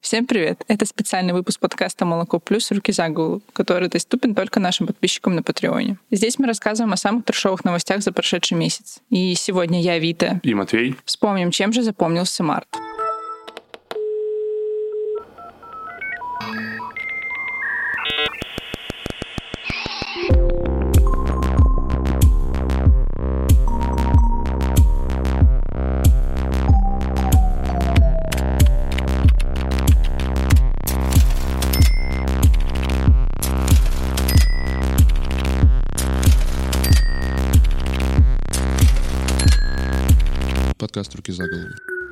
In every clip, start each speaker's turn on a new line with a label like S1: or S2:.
S1: Всем привет! Это специальный выпуск подкаста «Молоко плюс. Руки за голову», который доступен только нашим подписчикам на Патреоне. Здесь мы рассказываем о самых трешовых новостях за прошедший месяц. И сегодня я, Вита,
S2: и Матвей
S1: вспомним, чем же запомнился март.
S3: Подкаст «Руки за голову».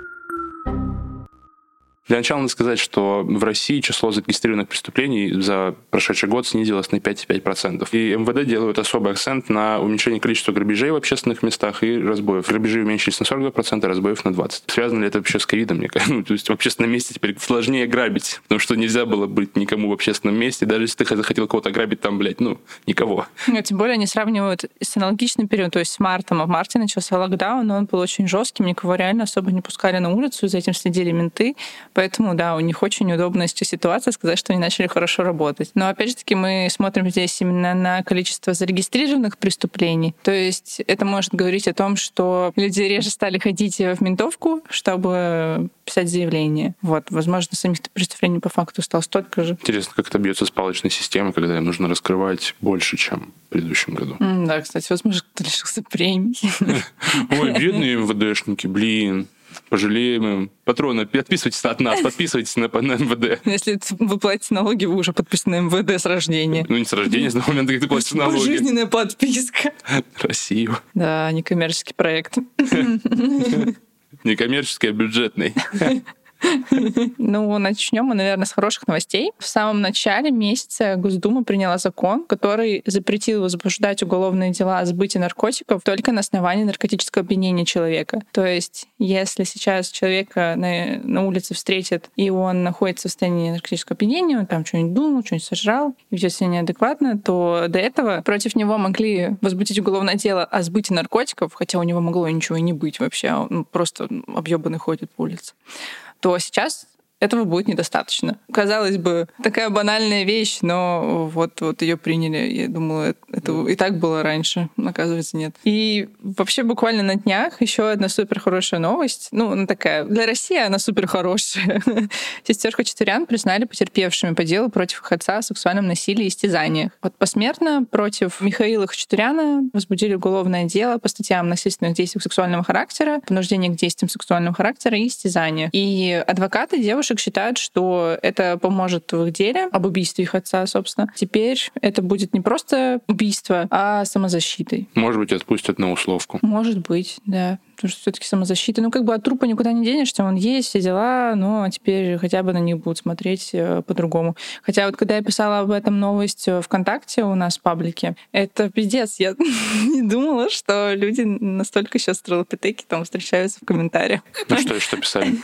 S2: Для начала надо сказать, что в России число зарегистрированных преступлений за прошедший год снизилось на 5,5%. И МВД делают особый акцент на уменьшение количества грабежей в общественных местах и разбоев. Грабежи уменьшились на 42%, а разбоев на 20%. Связано ли это вообще с ковидом? То есть в общественном месте теперь сложнее грабить, потому что нельзя было быть никому в общественном месте. Даже если ты захотел кого-то грабить, там, никого.
S1: Тем более они сравнивают с аналогичным периодом, то есть с мартом. А в марте начался локдаун, но он был очень жестким, никого реально особо не пускали на улицу, за этим следили менты. Поэтому, да, у них очень неудобная сейчас ситуация сказать, что они начали хорошо работать. Но, опять же таки, мы смотрим здесь именно на количество зарегистрированных преступлений. То есть это может говорить о том, что люди реже стали ходить в ментовку, чтобы писать заявление. Возможно, самих преступлений по факту стало столько же.
S2: Интересно, как это бьется с палочной системой, когда им нужно раскрывать больше, чем в предыдущем году.
S1: Да, кстати, возможно, кто-то лишился премий.
S2: Ой, бедные МВДшники, пожалеем им. Патроны, отписывайтесь от нас, подписывайтесь на МВД.
S1: Если вы платите налоги, вы уже подписаны на МВД с рождения.
S2: Не с рождения, с момента, как ты платишь налоги.
S1: Пожизненная подписка.
S2: Россию.
S1: Да, некоммерческий проект.
S2: Некоммерческий, а бюджетный.
S1: Начнем мы, наверное, с хороших новостей. В самом начале месяца Госдума приняла закон, который запретил возбуждать уголовные дела о сбытии наркотиков только на основании наркотического опьянения человека. То есть, если сейчас человека на улице встретят, и он находится в состоянии наркотического опьянения, он там что-нибудь думал, что-нибудь сожрал, и ведет себя неадекватно, то до этого против него могли возбудить уголовное дело о сбытии наркотиков, хотя у него могло ничего и не быть вообще, он просто объёбанный ходит по улице, то сейчас этого будет недостаточно. Казалось бы, такая банальная вещь, но вот ее приняли. Я думала, это и так было раньше. Оказывается, нет. И вообще буквально на днях еще одна супер хорошая новость. Она такая, для России она супер хорошая. Сестер Хачатурян признали потерпевшими по делу против их отца о сексуальном насилии и истязаниях. Посмертно против Михаила Хачатуряна возбудили уголовное дело по статьям насильственных действий сексуального характера, принуждение к действиям сексуального характера и истязания. И адвокаты девушек считают, что это поможет в их деле об убийстве их отца, собственно. Теперь это будет не просто убийство, а самозащитой.
S2: Может быть, отпустят на условку.
S1: Может быть, да. Потому что все-таки самозащита. От трупа никуда не денешься, он есть, все дела, но теперь хотя бы на них будут смотреть по-другому. Хотя когда я писала об этом новость ВКонтакте у нас в паблике, это пиздец. Я не думала, что люди настолько сейчас стрелопитеки там встречаются в комментариях.
S2: Ну что писали?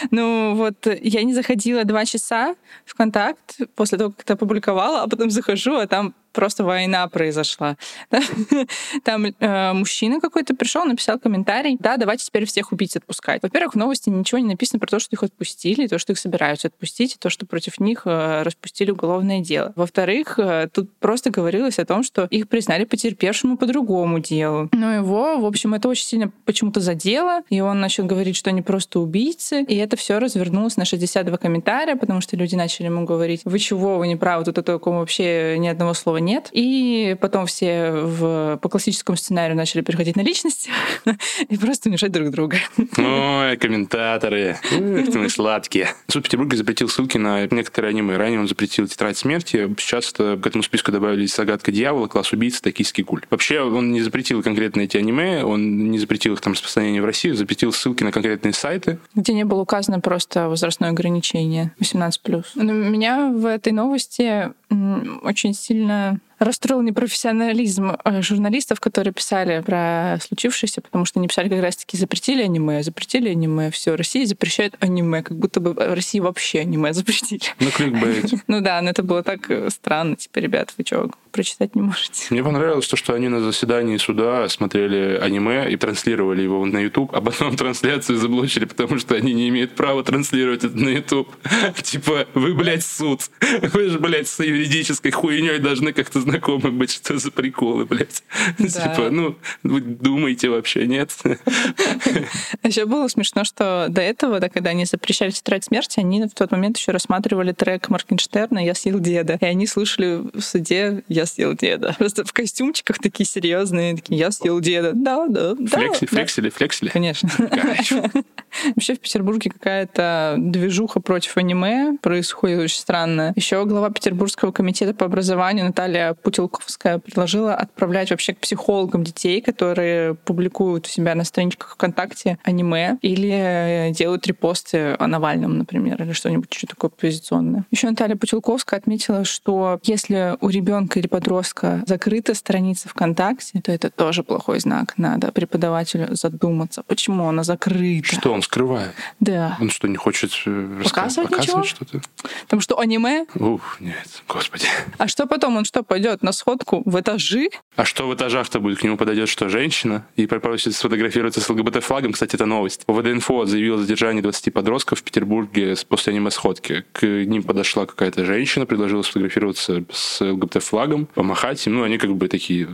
S1: Я не заходила 2 часа в ВКонтакт после того, как это опубликовала, а потом захожу, а там просто война произошла. Там мужчина какой-то пришел, написал комментарий: да, давайте теперь всех убийц отпускать. Во-первых, в новости ничего не написано про то, что их отпустили, то, что их собираются отпустить, и то, что против них распустили уголовное дело. Во-вторых, тут просто говорилось о том, что их признали потерпевшим по другому делу. Но его, в общем, это очень сильно почему-то задело, и он начал говорить, что они просто убийцы, и это все развернулось на 62 комментария, потому что люди начали ему говорить: вы чего, вы не правы, тут о таком вообще ни одного слова нет. И потом все по классическому сценарию начали переходить на личность и просто унижать друг друга.
S2: Ой, комментаторы. Эх ты, мои сладкие. Суд Петербурга запретил ссылки на некоторые аниме. Ранее он запретил «Тетрадь смерти». Сейчас к этому списку добавились «Загадка дьявола», «Класс убийц», «Токийский гуль». Вообще он не запретил конкретно эти аниме, он не запретил их распространение в России, запретил ссылки на конкретные сайты.
S1: Где не было указано просто возрастное ограничение 18+. Но меня в этой новости очень сильно расстроил непрофессионализм журналистов, которые писали про случившееся, потому что они писали как раз-таки запретили аниме, все, Россия запрещает аниме, как будто бы в России вообще аниме запретили.
S2: Ну, кликбейт.
S1: Ну да, но это было так странно. Типа, ребят, вы чё, прочитать не можете.
S2: Мне понравилось то, что они на заседании суда смотрели аниме и транслировали его на YouTube, а потом трансляцию заблочили, потому что они не имеют права транслировать это на YouTube. Типа, вы, блядь, суд. Вы же, блядь, с юридической хуйней должны как-то знакомы быть. Что за приколы, блядь? Типа, вы думаете вообще, нет?
S1: А еще было смешно, что до этого, да, когда они запрещали тетрадь смерти, они в тот момент еще рассматривали трек Моргенштерна «Я съел деда». И они слушали в суде «Я съел деда». Просто в костюмчиках такие серьезные, такие «Я съел деда». Да.
S2: Флексили.
S1: Конечно. Вообще в Петербурге какая-то движуха против аниме происходит очень странно. Еще глава Петербургского комитета по образованию Наталья Путилковская предложила отправлять вообще к психологам детей, которые публикуют у себя на страничках ВКонтакте аниме или делают репосты о Навальном, например, или что-нибудь еще такое оппозиционное. Еще Наталья Путилковская отметила, что если у ребенка или подростка закрыта страница ВКонтакте, то это тоже плохой знак. Надо преподавателю задуматься, почему она закрыта.
S2: Что он скрывает?
S1: Да.
S2: Он что, не хочет
S1: показывать
S2: что-то?
S1: Потому что аниме?
S2: Ух, нет, господи.
S1: А что потом? Он что, пойдет на сходку в этажи?
S2: А что в этажах-то будет? К нему подойдет что, женщина? И попросит сфотографироваться с ЛГБТ-флагом. Кстати, это новость. ОВД-инфо заявила о задержании 20 подростков в Петербурге после аниме-сходки. К ним подошла какая-то женщина, предложила сфотографироваться с ЛГБТ-флагом, помахать им. Ну, они как бы такие,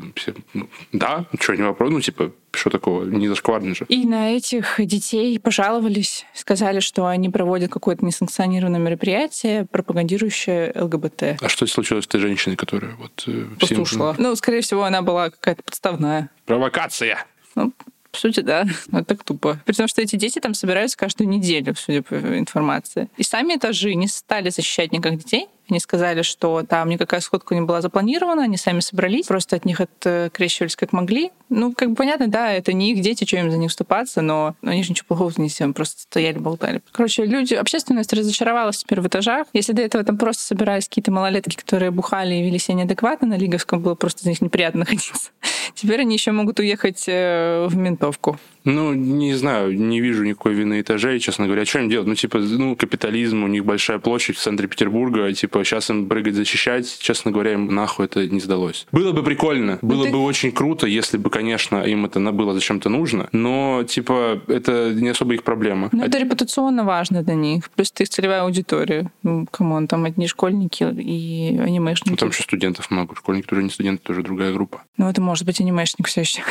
S2: да, что, не вопрос, что такого, не зашкварно же.
S1: И на этих детей пожаловались, сказали, что они проводят какое-то несанкционированное мероприятие, пропагандирующее ЛГБТ.
S2: А что случилось с той женщиной, которая
S1: послушала? Скорее всего, она была какая-то подставная.
S2: Провокация!
S1: По сути, да. Вот так тупо. Потому что эти дети там собираются каждую неделю, судя по информации. И сами этажи не стали защищать никак детей. Они сказали, что там никакая сходка не была запланирована, они сами собрались, просто от них открещивались как могли. Понятно, да, это не их дети, что им за них вступаться, но они же ничего плохого не сделали, просто стояли, болтали. Короче, общественность разочаровалась теперь в этажах. Если до этого там просто собирались какие-то малолетки, которые бухали и вели себя неадекватно, на Лиговском было просто за них неприятно находиться. Теперь они еще могут уехать в ментовку.
S2: Не знаю, не вижу никакой вины этажей, честно говоря. Что им делать? Капитализм, у них большая площадь в центре Петербурга, сейчас им прыгать, защищать, честно говоря, им нахуй это не сдалось. Было бы прикольно, было бы очень круто, если бы, конечно, им это было зачем-то нужно, но, это не особо их проблема.
S1: Это репутационно важно для них, плюс это их целевая аудитория. Камон, там одни школьники и анимешники.
S2: Там еще студентов много, школьники тоже не студенты, тоже другая группа.
S1: Это может быть анимешник все еще.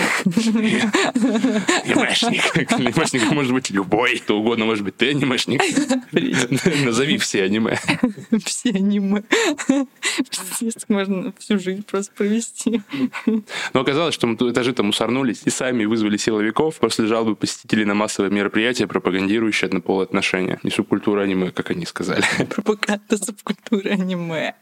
S2: Анимешник может быть любой. Кто угодно может быть. Ты анимешник. Назови все аниме.
S1: Все аниме. Можно всю жизнь просто провести.
S2: Но оказалось, что этажи-то мусорнулись и сами вызвали силовиков после жалобы посетителей на массовое мероприятие, пропагандирующее однополые отношения и субкультуру аниме, как они сказали.
S1: Пропаганда субкультуры аниме.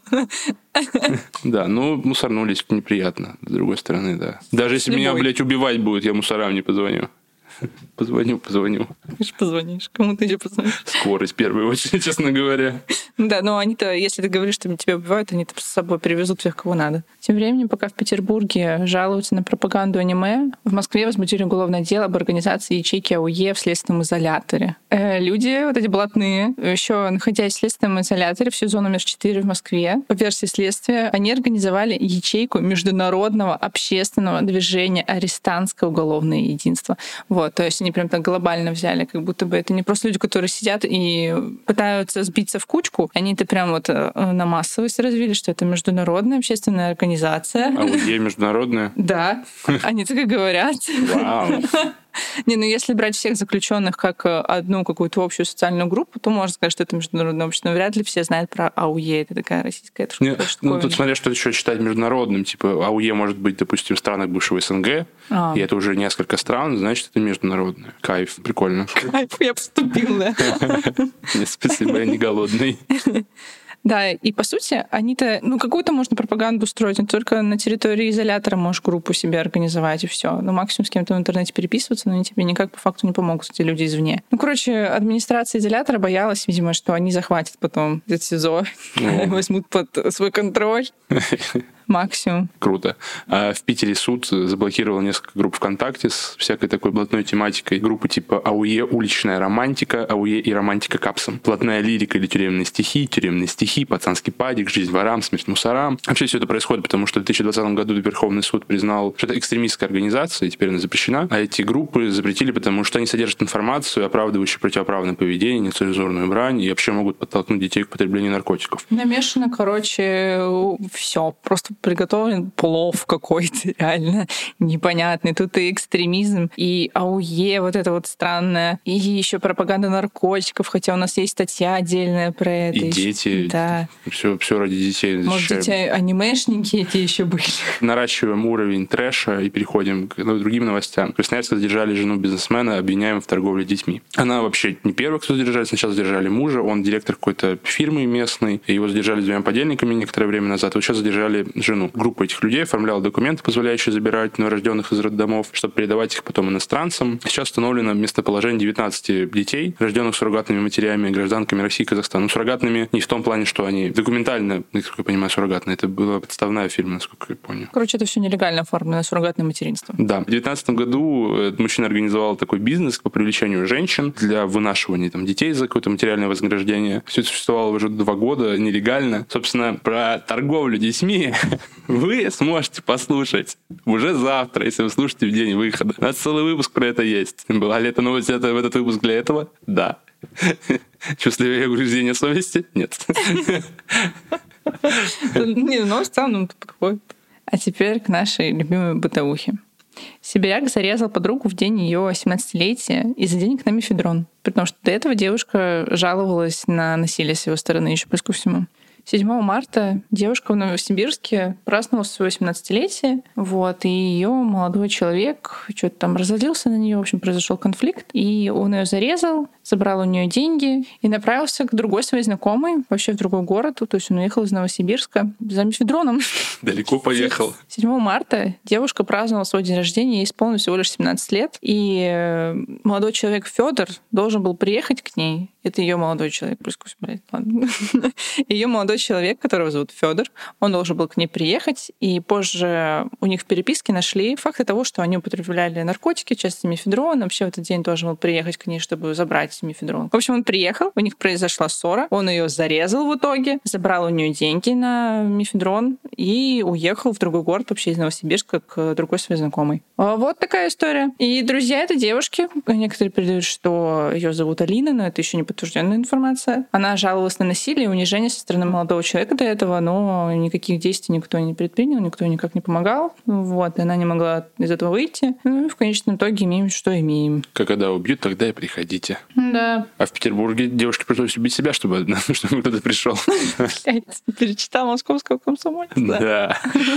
S2: Да, мусорнулись неприятно, с другой стороны, да. Даже если меня, блядь, убивать будут, я мусорам не позвоню. Позвоню.
S1: Ты же позвонишь. Кому ты еще позвонишь?
S2: Скорость в первую очередь, честно говоря.
S1: Да, но они-то, если ты говоришь, что тебя убивают, они-то с собой привезут всех, кого надо. Тем временем, пока в Петербурге жалуются на пропаганду аниме, в Москве возбудили уголовное дело об организации ячейки АУЕ в следственном изоляторе. Люди, эти блатные, еще находясь в следственном изоляторе в СИЗО номер 4 в Москве, по версии следствия, они организовали ячейку международного общественного движения «Арестантское уголовное единство». То есть они прям так глобально взяли, как будто бы это не просто люди, которые сидят и пытаются сбиться в кучку. Они это прям на массовость развили, что это международная общественная организация.
S2: АУЕ международная?
S1: Да, они так и говорят.
S2: Вау.
S1: Если брать всех заключенных как одну какую-то общую социальную группу, то можно сказать, что это международное общество. Но вряд ли все знают про АУЕ. Это такая российская штука.
S2: Тут смотря, что еще считать международным. АУЕ может быть, допустим, в странах бывшего СНГ, и это уже несколько стран, значит, это международное. Кайф, прикольно.
S1: Кайф, я поступил, да.
S2: Спасибо, я не голодный.
S1: Да, и по сути, они-то, какую-то можно пропаганду строить, но только на территории изолятора можешь группу себе организовать, и все. Максимум с кем-то в интернете переписываться, но они тебе никак по факту не помогут, эти люди извне. Администрация изолятора боялась, видимо, что они захватят потом это СИЗО, возьмут под свой контроль. Максимум.
S2: Круто. А в Питере суд заблокировал несколько групп ВКонтакте с всякой такой блатной тематикой. Группы типа АУЕ «Уличная романтика», АУЕ и «Романтика капсом». Блатная лирика или тюремные стихи, пацанский падик, жизнь ворам, смерть мусорам. Вообще все это происходит, потому что в 2020 году Верховный суд признал, что это экстремистская организация, и теперь она запрещена. А эти группы запретили, потому что они содержат информацию, оправдывающую противоправное поведение, нецензурную брань и вообще могут подтолкнуть детей к потреблению наркотиков.
S1: Намешано, все. Просто приготовлен плов какой-то, реально непонятный. Тут и экстремизм, и АУЕ вот это вот странное, и еще пропаганда наркотиков, хотя у нас есть статья отдельная про это.
S2: И дети.
S1: Да.
S2: Все ради детей.
S1: Может, эти анимешники эти еще были.
S2: Наращиваем уровень трэша и переходим к другим новостям. В Красноярске задержали жену бизнесмена, обвиняемую в торговле детьми. Она вообще не первая, кто задержали. Сначала задержали мужа, он директор какой-то фирмы местной, его задержали с 2 подельниками некоторое время назад. Вот сейчас задержали жену. Группа этих людей оформляла документы, позволяющие забирать новорожденных из роддомов, чтобы передавать их потом иностранцам. Сейчас установлено местоположение 19 детей, рожденных суррогатными матерями, гражданками России и Казахстана. Ну, суррогатными не в том плане, что они документально, насколько я понимаю, суррогатные. Это была подставная фирма, насколько я понял.
S1: Короче, это все нелегально оформлено, суррогатное материнство.
S2: Да. В 2019 году этот мужчина организовал такой бизнес по привлечению женщин для вынашивания там, детей за какое-то материальное вознаграждение. Все это существовало уже 2 года нелегально. Собственно, про торговлю детьми вы сможете послушать уже завтра, если вы слушаете в день выхода. У нас целый выпуск про это есть. Была ли эта новость взята в этот выпуск для этого? Да. Чувствую угрызение совести? Нет.
S1: Не, но в целом подходит. А теперь к нашей любимой бытовухе. Сибиряк зарезал подругу в день ее 17-летия из-за денег на мефедрон. Потому что до этого девушка жаловалась на насилие с его стороны еще плюс ко всему. 7 марта девушка в Новосибирске праздновала свое 18-летие, и ее молодой человек что-то там разозлился на нее, в общем, произошел конфликт, и он ее зарезал, забрал у нее деньги и направился к другой своей знакомой, вообще в другой город, то есть он уехал из Новосибирска за мефедроном.
S2: Далеко поехал.
S1: 7 марта девушка праздновала свой день рождения, ей исполнилось всего лишь 17 лет, и молодой человек Федор должен был приехать к ней. Это ее молодой человек, пусть, блядь, ладно. Ее молодой человек, которого зовут Федор, он должен был к ней приехать, и позже у них в переписке нашли факты того, что они употребляли наркотики, часто мефедрон. Вообще в этот день должен был приехать к ней, чтобы забрать мефедрон. В общем, он приехал, у них произошла ссора, он ее зарезал в итоге, забрал у нее деньги на мефедрон и уехал в другой город, вообще из Новосибирска, к другой своей знакомой. Вот такая история. И друзья этой девушки, некоторые передают, что ее зовут Алина, но это еще не подтвержденная информация. Она жаловалась на насилие и унижение со стороны молодого человека до этого, но никаких действий никто не предпринял, никто никак не помогал. И она не могла из этого выйти. И в конечном итоге имеем, что имеем.
S2: Когда убьют, тогда и приходите.
S1: Да.
S2: А в Петербурге девушке пришлось убить себя, чтобы кто-то пришел.
S1: Блядь, перечитал «Московского комсомольца».
S2: Да.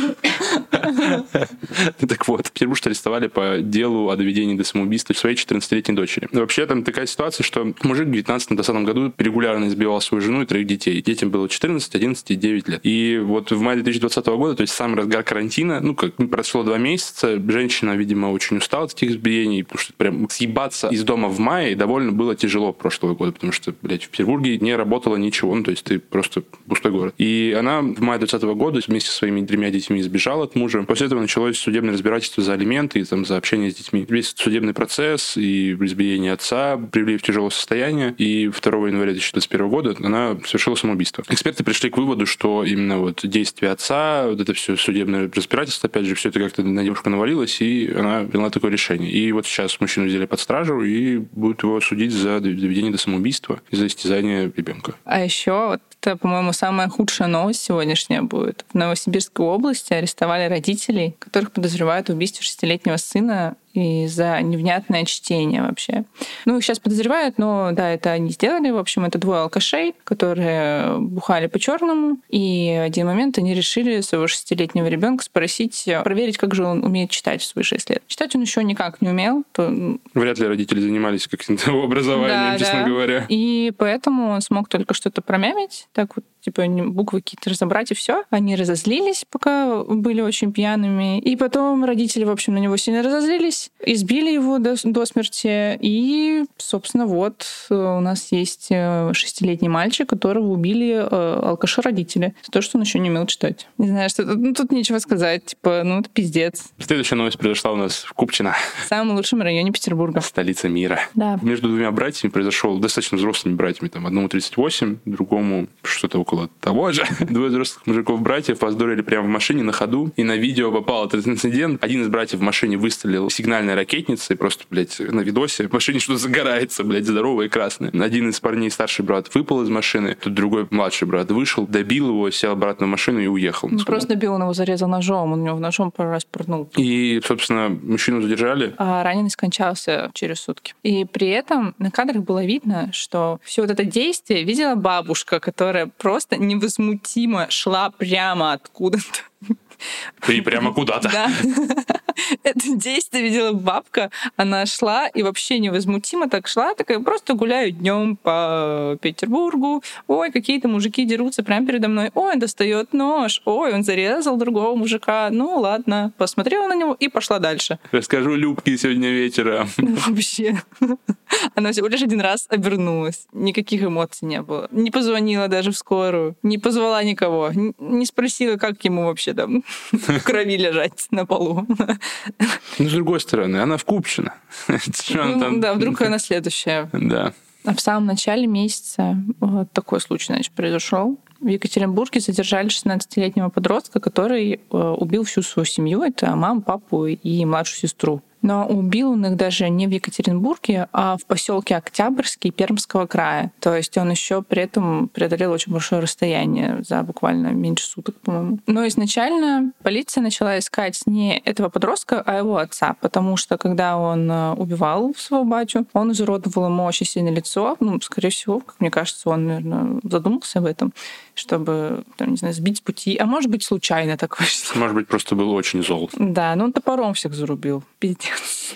S2: Так вот, Петербург арестовали по делу о доведении до самоубийства своей 14-летней дочери. Вообще там такая ситуация, что мужик в 19-20 году регулярно избивал свою жену и 3 детей. Детям было 14, 11 и 9 лет. И вот в мае 2020 года, то есть самый разгар карантина, прошло 2 месяца, женщина, видимо, очень устала от этих избиений, потому что прям съебаться из дома в мае довольно было тяжело прошлого года, потому что, в Петербурге не работало ничего, то есть ты просто пустой город. И она в мае 2020 года вместе со своими 3 детьми сбежала от мужа. После этого началось судебное разбирательство за алименты и за общение с детьми. Весь судебный процесс и избиение отца привели в тяжелое состояние, и 2 января 2021 года она совершила самоубийство. Эксперты пришли к выводу, что именно действия отца, это все судебное разбирательство, опять же, все это как-то на девушку навалилось, и она приняла такое решение. И вот сейчас мужчину взяли под стражу и будут его судить за доведение до самоубийства и за истязание ребенка.
S1: А еще это, по-моему, самая худшая новость сегодняшняя будет. В Новосибирской области арестовали родителей, которых подозревают в убийстве 6-летнего сына и за невнятное чтение вообще. Их сейчас подозревают, но да, это они сделали. В общем, это 2 алкашей, которые бухали по-черному, и в один момент они решили своего 6-летнего ребенка спросить, проверить, как же он умеет читать в свои 6 лет. Читать он еще никак не умел.
S2: Вряд ли родители занимались каким-то образованием, честно говоря.
S1: И поэтому он смог только что-то промямить, так вот, буквы какие-то разобрать, и все. Они разозлились, пока были очень пьяными. И потом родители, в общем, на него сильно разозлились дрались, избили его до смерти. И, собственно, вот у нас есть 6-летний мальчик, которого убили алкаши-родители за то, что он еще не умел читать. Не знаю, что тут нечего сказать. Типа, это пиздец.
S2: Следующая новость произошла у нас в Купчино.
S1: В самом лучшем районе Петербурга.
S2: Столица мира.
S1: Да.
S2: Между двумя братьями произошел, достаточно взрослыми братьями, там, одному 38, другому что-то около того же. Двое взрослых мужиков-братьев поздорили прямо в машине на ходу, и на видео попал этот инцидент. Один из братьев в машине выстрелил сигнальной ракетницей, просто, блядь, на видосе. В машине что-то загорается, блядь, здоровое и красное. Один из парней, старший брат, выпал из машины, тут другой, младший брат, вышел, добил его, сел обратно в машину и уехал.
S1: Просто добил, он его зарезал ножом, он у него ножом пару раз пырнул.
S2: И, собственно, мужчину задержали.
S1: А раненый скончался через сутки. И при этом на кадрах было видно, что все вот это действие видела бабушка, которая просто невозмутимо шла прямо откуда-то.
S2: И прямо куда-то.
S1: Да. Это действие видела бабка. Она шла и вообще невозмутимо так шла. Такая, просто гуляю днем по Петербургу. Ой, какие-то мужики дерутся прямо передо мной. Ой, он достает нож. Ой, он зарезал другого мужика. Ну, ладно. Посмотрела на него и пошла дальше.
S2: Расскажу Любке сегодня вечером.
S1: Вообще. Она всего лишь один раз обернулась. Никаких эмоций не было. Не позвонила даже в скорую. Не позвала никого. Не спросила, как ему вообще там в крови лежать на полу.
S2: Но с другой стороны, она в Купчино.
S1: Да, вдруг она следующая.
S2: Да.
S1: А в самом начале месяца вот такой случай, значит, произошел. В Екатеринбурге задержали 16-летнего подростка, который убил всю свою семью. Это маму, папу и младшую сестру. Но убил он их даже не в Екатеринбурге, а в поселке Октябрьский Пермского края. То есть он еще при этом преодолел очень большое расстояние за буквально меньше суток, по-моему. Но изначально полиция начала искать не этого подростка, а его отца, потому что когда он убивал своего батю, он изуродовал ему очень сильно лицо. Скорее всего, как мне кажется, он, наверное, задумался об этом, чтобы, там, не знаю, сбить с пути. А может быть, случайно так вышло.
S2: Может быть, просто был очень зол.
S1: Да, он топором всех зарубил. Пиздец.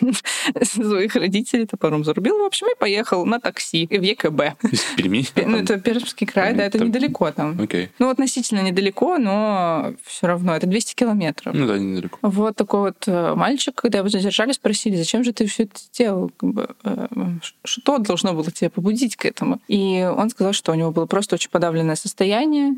S1: Своих родителей топором зарубил, в общем, и поехал на такси в ЕКБ.
S2: Из Перми?
S1: Это Пермский край, да, это недалеко там.
S2: Окей.
S1: Относительно недалеко, но все равно это 200 километров.
S2: Ну да, недалеко.
S1: Вот такой вот мальчик, когда его задержали, спросили, зачем же ты все это сделал? Что должно было тебя побудить к этому? И он сказал, что у него было просто очень подавленное состояние,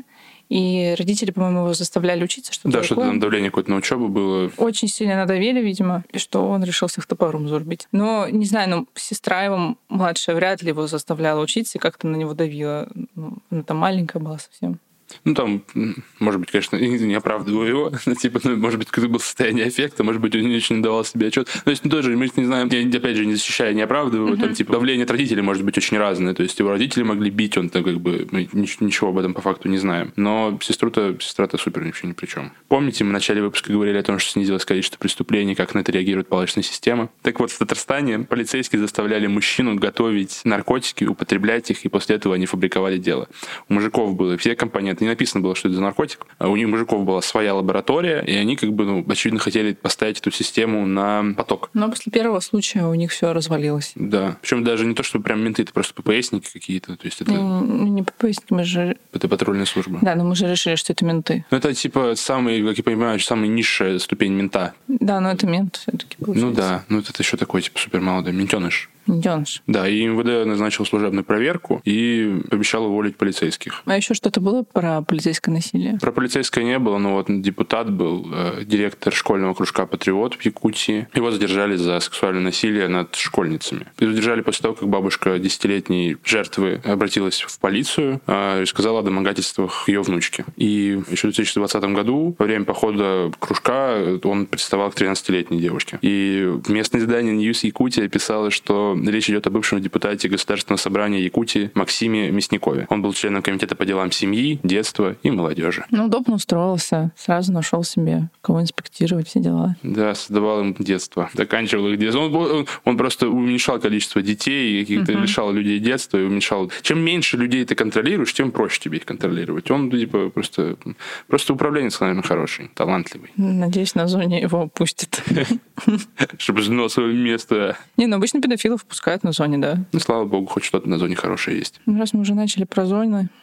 S1: и родители, по-моему, его заставляли учиться, что-то
S2: Да, что-то там давление какое-то на учебу было.
S1: Очень сильно надавили, видимо, и что он решил всех топором зарубить. Но, не знаю, сестра его младшая вряд ли его заставляла учиться и как-то на него давила. Она там маленькая была совсем.
S2: Там, может быть, конечно, не оправдываю его, может быть, какое-то было состояние аффекта, может быть, он не очень давал себе отчет. То есть, тоже, мы не знаем, я, опять же, не защищаю, не оправдываю, давление от родителей может быть очень разное, то есть его родители могли бить, он там мы ничего об этом по факту не знаем. Но сестра-то супер вообще ни при чем. Помните, мы в начале выпуска говорили о том, что снизилось количество преступлений, как на это реагирует палочная система? Так вот, в Татарстане полицейские заставляли мужчину готовить наркотики, употреблять их, и после этого они фабриковали дело. У мужиков было все компоненты, не написано было, что это за наркотик. А у них, мужиков, была своя лаборатория, и они, очевидно, хотели поставить эту систему на поток.
S1: Но после первого случая у них все развалилось.
S2: Да. Причем даже не то, что прям менты, это просто ППСники какие-то. То есть это...
S1: Не ППСники, мы же...
S2: Это патрульная служба.
S1: Да, но мы же решили, что это менты.
S2: Это самый, как я понимаю, самая низшая ступень мента.
S1: Да, но это мент все-таки получается.
S2: Это еще такой, супер молодой ментеныш.
S1: Ментеныш.
S2: Да, и МВД назначил служебную проверку и обещал уволить полицейских.
S1: А еще что-то было про полицейское насилие?
S2: Про полицейское не было, но депутат был, директор школьного кружка «Патриот» в Якутии. Его задержали за сексуальное насилие над школьницами. И задержали после того, как бабушка 10-летней жертвы обратилась в полицию и сказала о домогательствах ее внучки. И еще в 2020 году, во время похода кружка, он приставал к 13-летней девушке. И местное издание «Ньюс Якутия» писало, что речь идет о бывшем депутате Государственного собрания Якутии Максиме Мясникове. Он был членом комитета по делам семьи, детства и молодежи.
S1: Удобно устроился. Сразу нашел себе, кого инспектировать, все дела.
S2: Да, создавал им детство. Заканчивал их детство. Он просто уменьшал количество детей, каких-то лишал людей детства и уменьшал. Чем меньше людей ты контролируешь, тем проще тебе их контролировать. Он просто управленец, наверное, хороший, талантливый.
S1: Надеюсь, на зоне его опустят.
S2: Чтобы знал свое место.
S1: Обычно педофилов пускают на зоне, да.
S2: Слава богу, хоть что-то на зоне хорошее есть.
S1: Раз мы уже начали про зоны,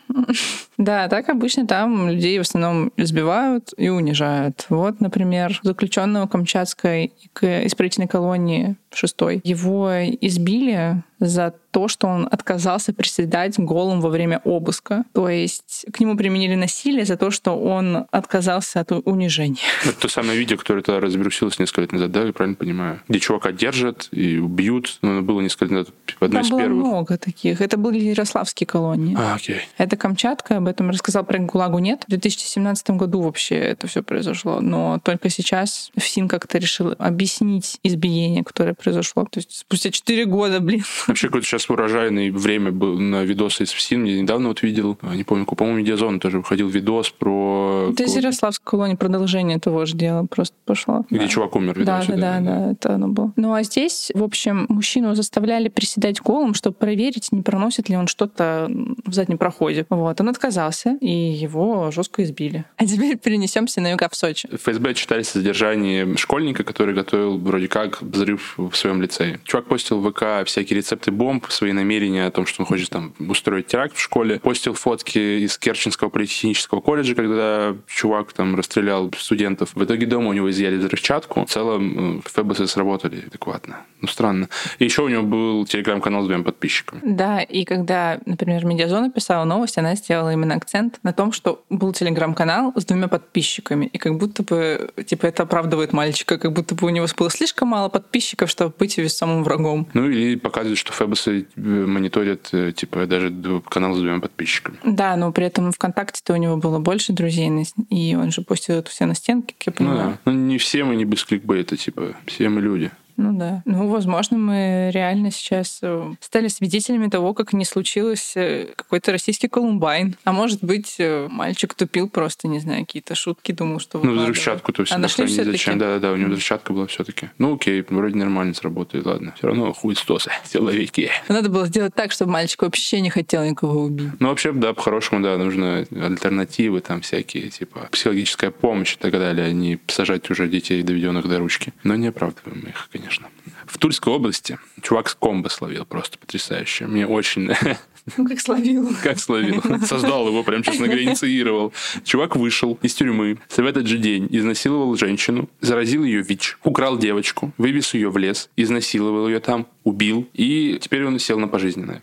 S1: Да, так обычно там людей в основном избивают и унижают. Вот, например, заключенного Камчатской исправительной колонии 6-й. Его избили за то, что он отказался приседать голым во время обыска. То есть к нему применили насилие за то, что он отказался от унижения.
S2: Это то самое видео, которое тогда разбрусилось несколько лет назад, да, я правильно понимаю? Где чувака держат и убьют. Ну, было несколько лет назад, одно из
S1: Там было
S2: первых.
S1: много таких. Это были ярославские колонии.
S2: Окей.
S1: Это Камчатка, об этом рассказал, про ГУЛАГу нет. В 2017 году вообще это все произошло. Но только сейчас ФСИН как-то решил объяснить избиение, которое произошло. То есть спустя 4 года, блин.
S2: Вообще какое-то сейчас урожайное время было на видосы из ФСИН. Я недавно вот видел, не помню, по-моему, Медиазона тоже выходил видос про...
S1: Это из Ярославской колонии продолжение того же дела просто пошло.
S2: Где
S1: да.
S2: чувак умер, видно.
S1: Да, это оно было. Ну а здесь, в общем, мужчину заставляли приседать голым, чтобы проверить, не проносит ли он что-то в заднем проходе. Вот. Он отказался, и его жестко избили. А теперь перенесемся на юга в Сочи.
S2: ФСБ отчитались о задержании школьника, который готовил вроде как взрыв в своем лицее. Чувак постил в ВК всякие рецепты бомб, свои намерения о том, что он хочет там устроить теракт в школе. Постил фотки из Керченского политехнического колледжа, когда чувак там расстрелял студентов. В итоге дома у него изъяли взрывчатку. В целом ФБС сработали адекватно. Ну, странно. И еще у него был телеграм-канал с 2 подписчиками.
S1: Да, и когда, например, Медиазона писала новость, она сделала именно акцент на том, что был телеграм-канал с 2 подписчиками. И как будто бы, типа, это оправдывает мальчика, как будто бы у него было слишком мало подписчиков, чтобы быть весомым врагом.
S2: Ну, или показывает, что ФБС мониторят, типа, даже канал с 2 подписчиками.
S1: Да, но при этом ВКонтакте-то у него было больше друзей, и он же постил это все на стенке, как я понимаю.
S2: Ну, да. Ну, не все мы не без кликбейта, типа, все мы люди.
S1: Ну да. Ну, возможно, мы реально сейчас стали свидетелями того, как не случилось какой-то российский Колумбайн. А может быть, мальчик тупил просто, не знаю, какие-то шутки, думал, что...
S2: Ну, взрывчатку-то всегда
S1: нашли
S2: хранить зачем? Да, у него взрывчатка была все-таки. Ну, окей, вроде нормально сработает, ладно. Все равно хуйстосы, человеки.
S1: Надо было сделать так, чтобы мальчик вообще не хотел никого убить.
S2: Ну, вообще, да, по-хорошему, да, нужно альтернативы там всякие, типа психологическая помощь и так далее, а не сажать уже детей, доведенных до ручки. Но не оправдываем их, конечно. В Тульской области чувак с комбо словил просто потрясающе. Мне очень...
S1: Ну, как словил.
S2: Как словил. Создал его, прям, честно говоря, инициировал. Чувак вышел из тюрьмы в этот же день, изнасиловал женщину, заразил ее ВИЧ, украл девочку, вывез ее в лес, изнасиловал ее там, убил, и теперь он сел на пожизненное.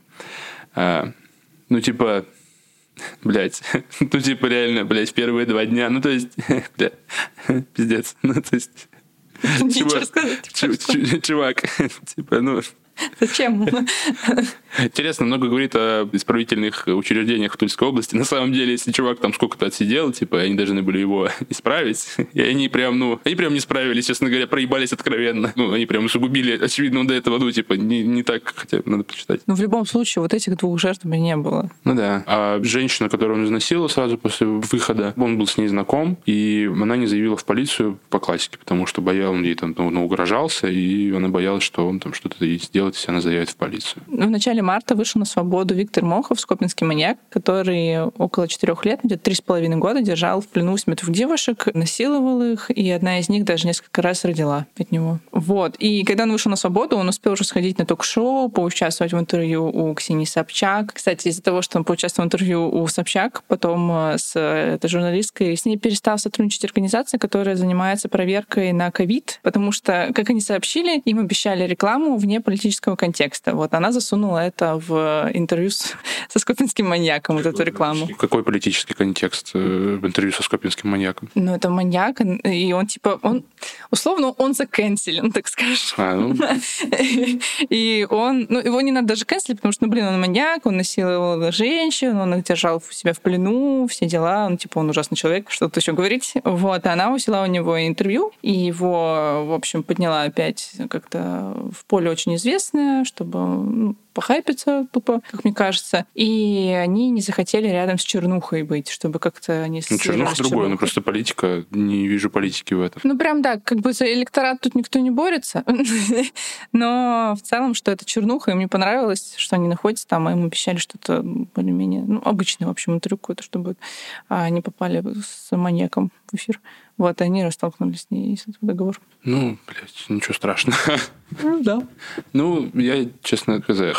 S2: Ну, типа... Блять, ну, типа, реально, блять, в первые 2 дня, ну, то есть, бля, пиздец, ну, то есть...
S1: Ничего сказать.
S2: Чувак, типа, ну...
S1: Зачем?
S2: Интересно, много говорит о исправительных учреждениях Тульской области. На самом деле, если чувак там сколько-то отсидел, типа, они должны были его исправить. И они прям не справились, честно говоря, проебались откровенно. Ну, они прям усугубили, очевидно, до этого, ну, типа, не так, хотя надо почитать.
S1: Ну, в любом случае, вот этих 2 жертв бы не было.
S2: Ну да. А женщина, которую он изнасиловал сразу после выхода, он был с ней знаком, и она не заявила в полицию по классике, потому что он ей там угрожался, и она боялась, что он там что-то ей сделает, если она заявит в полицию.
S1: В начале марта вышел на свободу Виктор Мохов, скопинский маньяк, который около 4 лет, где-то 3,5 года держал в плену 7 девушек, насиловал их, и одна из них даже несколько раз родила от него. Вот. И когда он вышел на свободу, он успел уже сходить на ток-шоу, поучаствовать в интервью у Ксении Собчак. Кстати, из-за того, что он поучаствовал в интервью у Собчак, потом с этой журналисткой, с ней перестала сотрудничать организация, которая занимается проверкой на ковид, потому что, как они сообщили, им обещали рекламу вне политического контекста. Вот она засунула это в интервью со скопинским маньяком, вот эту рекламу.
S2: Какой политический контекст в интервью со скопинским маньяком?
S1: Ну, это маньяк, и он типа, условно, он закэнселен, так скажем. И его не надо даже кэнселить, потому что, он маньяк, он насиловал женщин, он их держал себя в плену, все дела, он ужасный человек, что-то еще говорить. Вот, она взяла у него интервью, и его, в общем, подняла опять как-то в поле очень известное, чтобы похайпиться тупо, как мне кажется. И они не захотели рядом с чернухой быть, чтобы как-то они...
S2: Чернуха другое, но просто политика, не вижу политики в этом.
S1: Ну прям да, как бы за электорат тут никто не борется, но в целом, что это чернуха, им не понравилось, что они находятся там, а им обещали что-то более-менее, обычное, в общем, интервью какое-то, что будет, а они попали с маньяком в эфир. Вот, они растолкнулись с ней, и с этого договор.
S2: Ну, блядь, ничего страшного.
S1: Да.
S2: Ну, я, честно сказать,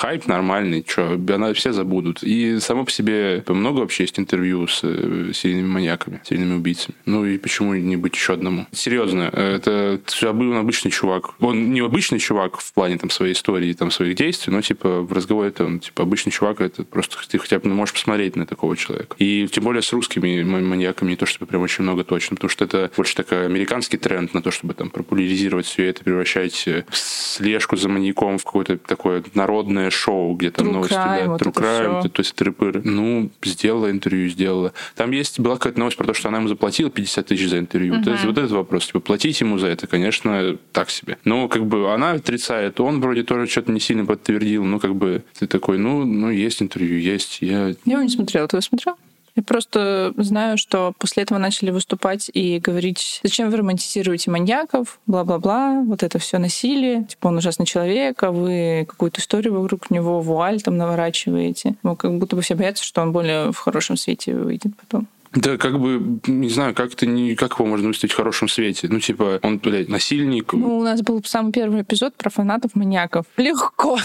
S2: хайп нормальный, что она все забудут. И само по себе много вообще есть интервью с серийными маньяками, серийными убийцами. Ну и почему не быть еще одному? Серьезно, это был обычный чувак. Он не обычный чувак в плане там своей истории, там своих действий, но типа в разговоре он типа обычный чувак, это просто ты хотя бы можешь посмотреть на такого человека. И тем более с русскими маньяками не то чтобы прям очень много точно, потому что это больше такой американский тренд на то, чтобы там популяризировать все это, превращать слежку за маньяком в какое-то такое народное шоу, где там новости, да,
S1: вот
S2: true crime, то есть трипыры. Ну, сделала интервью, сделала. Там была какая-то новость про то, что она ему заплатила 50 тысяч за интервью. То есть вот этот вопрос, типа, платить ему за это, конечно, так себе. Но как бы она отрицает, он вроде тоже что-то не сильно подтвердил, ну как бы ты такой, ну есть интервью, есть. Я
S1: его не смотрела, ты его смотрел? Я просто знаю, что после этого начали выступать и говорить, зачем вы романтизируете маньяков, бла-бла-бла, вот это все насилие, типа он ужасный человек, а вы какую-то историю вокруг него, вуаль там наворачиваете. Ну, как будто бы все боятся, что он более в хорошем свете выйдет потом.
S2: Да, как бы, не знаю, как его можно выставить в хорошем свете. Ну, типа, он, блядь, насильник.
S1: Ну, у нас был самый первый эпизод про фанатов-маньяков. Легко.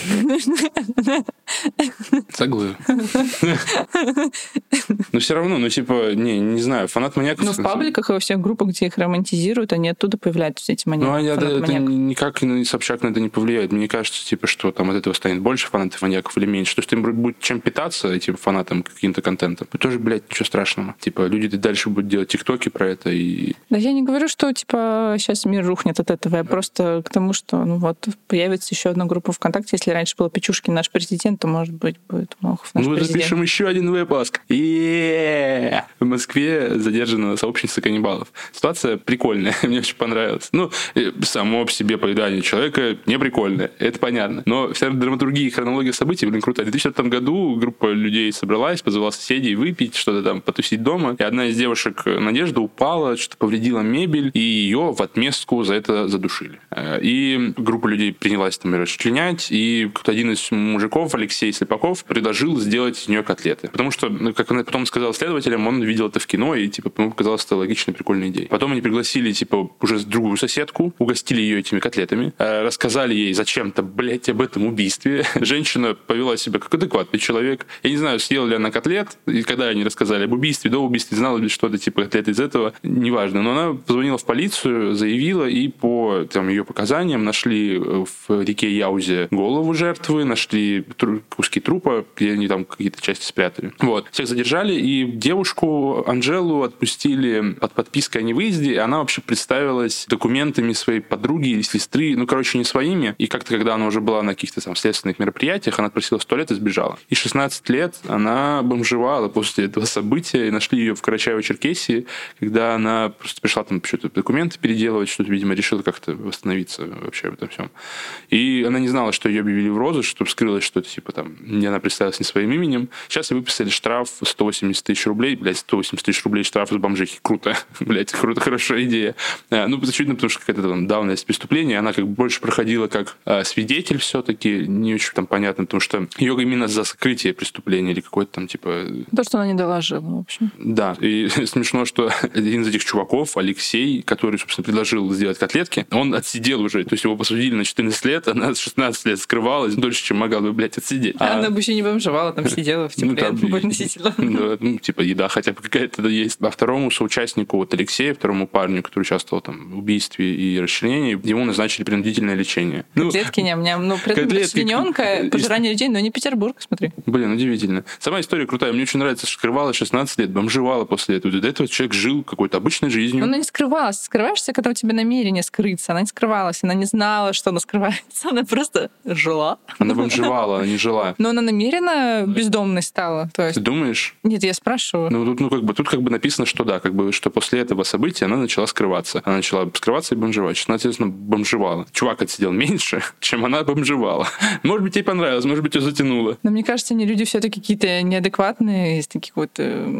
S2: Согласен. Но все равно, ну, типа, не знаю, фанат-маньяков...
S1: Ну, в пабликах и во всех группах, где их романтизируют, они оттуда появляются, все эти маньяки.
S2: Ну, это никак сообщак на это не повлияет. Мне кажется, типа, что там от этого станет больше фанатов-маньяков или меньше. То есть им будет чем питаться этим фанатам каким-то контентом. И тоже, блядь, ничего страшного. Типа, люди дальше будут делать тиктоки про это и...
S1: Да я не говорю, что, типа, сейчас мир рухнет от этого. Я просто к тому, что, ну вот, появится еще одна группа ВКонтакте. Если раньше был Печушкин наш президент, то, может быть, будет Мохов наш президент.
S2: Мы запишем еще один выпуск. В Москве задержана сообщница каннибалов. Ситуация прикольная. Мне очень понравилось. Ну, само по себе поедание человека не прикольное. Это понятно. Но вся драматургия и хронология событий, блин, крутая. В 2004 году группа людей собралась, позвала соседей выпить, что-то там потусить дома. И одна из девушек, Надежда, упала, что-то повредила мебель, и ее в отместку за это задушили. И группа людей принялась там расчленять, и один из мужиков, Алексей Слепаков, предложил сделать из нее котлеты. Потому что, как он потом сказал следователям, он видел это в кино, и типа ему показалось это логичной, прикольной идеей. Потом они пригласили, типа, уже другую соседку, угостили ее этими котлетами, рассказали ей зачем-то, блять, об этом убийстве. Женщина повела себя как адекватный человек. Я не знаю, съела ли она котлет, и когда они рассказали об убийстве, до убийства, знала ли что-то, типа, котлеты из этого, неважно. Но она позвонила в полицию, заявила, и по там, ее показаниям нашли в реке Яузе голову жертвы, нашли куски трупа, где они там какие-то части спрятали. Вот. Всех задержали, и девушку Анжелу отпустили под подпиской о невыезде, и она вообще представилась документами своей подруги или сестры, ну, короче, не своими. И как-то, когда она уже была на каких-то там следственных мероприятиях, она отпросила 100 лет и сбежала. И 16 лет она бомжевала после этого события, и нашли ее в Карачаево-Черкесии, когда она просто пришла там что-то документы переделывать, что-то, видимо, решила как-то восстановиться вообще в этом всем. И она не знала, что ее объявили в розыск, чтобы скрылось, что это типа там, не она представилась не своим именем. Сейчас ей выписали штраф 180 тысяч рублей. Блядь, 180 тысяч рублей штраф с бомжихи. Круто. Блядь, круто, хорошая идея. Ну, очевидно, потому что какая-то там давность преступления, она как бы больше проходила как свидетель все-таки, не очень там понятно, потому что ее именно за сокрытие преступления или какой-то там типа...
S1: То, что она не доложила, в общем.
S2: Да, и смешно, что один из этих чуваков, Алексей, который, собственно, предложил сделать котлетки, он отсидел уже, то есть его посадили на 14 лет, она с 16 лет скрывалась дольше, чем могла бы, блядь, отсидеть.
S1: Она бы еще не бомжевала, там сидела в тепле, относительно.
S2: Ну, типа, еда хотя бы какая-то есть. А второму соучастнику, вот Алексею, второму парню, который участвовал там в убийстве и расчленении, ему назначили принудительное лечение.
S1: Котлетки ням-ням. Ну, при этом свиненка, пожирание людей, но не Петербург, смотри.
S2: Блин, удивительно. Сама история крутая. Мне очень нравится, что скрывалась 16 лет, бомжевала после этого. До этого человек жил какой-то обычной жизнью.
S1: Она не скрывалась. Скрываешься, когда у тебя намерение скрыться. Она не скрывалась. Она не знала, что она скрывается. Она просто жила.
S2: Она бомжевала, она не жила.
S1: Но она намеренно бездомной стала. То есть...
S2: Ты думаешь?
S1: Нет, я спрашиваю.
S2: Ну, тут как бы написано, что да, как бы, что после этого события она начала скрываться. Она начала скрываться и бомжевать. Что она, соответственно, бомжевала. Чувак отсидел меньше, чем она бомжевала. Может быть, ей понравилось, может быть, ее затянуло.
S1: Но мне кажется, они люди все-таки какие-то неадекватные, из таких вот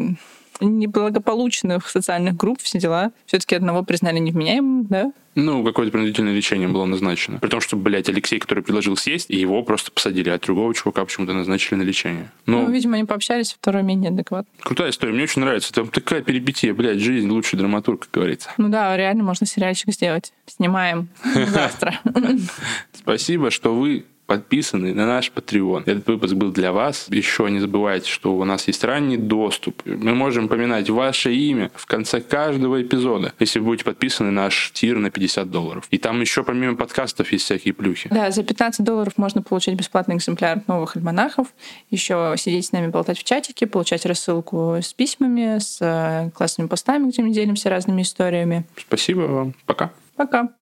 S1: неблагополучных социальных групп, все дела. Все-таки одного признали невменяемым, да?
S2: Ну, какое-то принудительное лечение было назначено. При том, что, блядь, Алексей, который предложил съесть, и его просто посадили, а другого чувака почему-то назначили на лечение.
S1: Ну, видимо, они пообщались, второй менее адекватный.
S2: Крутая история, мне очень нравится. Там такая перипетия, блядь, жизнь лучший драматург, как говорится.
S1: Ну да, реально можно сериальчик сделать. Снимаем завтра.
S2: Спасибо, что вы подписаны на наш Patreon. Этот выпуск был для вас. Еще не забывайте, что у нас есть ранний доступ. Мы можем поминать ваше имя в конце каждого эпизода, если вы будете подписаны на наш тир на $50. И там еще помимо подкастов есть всякие плюхи.
S1: Да, за $15 можно получить бесплатный экземпляр новых альманахов, еще сидеть с нами, болтать в чатике, получать рассылку с письмами, с классными постами, где мы делимся разными историями.
S2: Спасибо вам. Пока.
S1: Пока.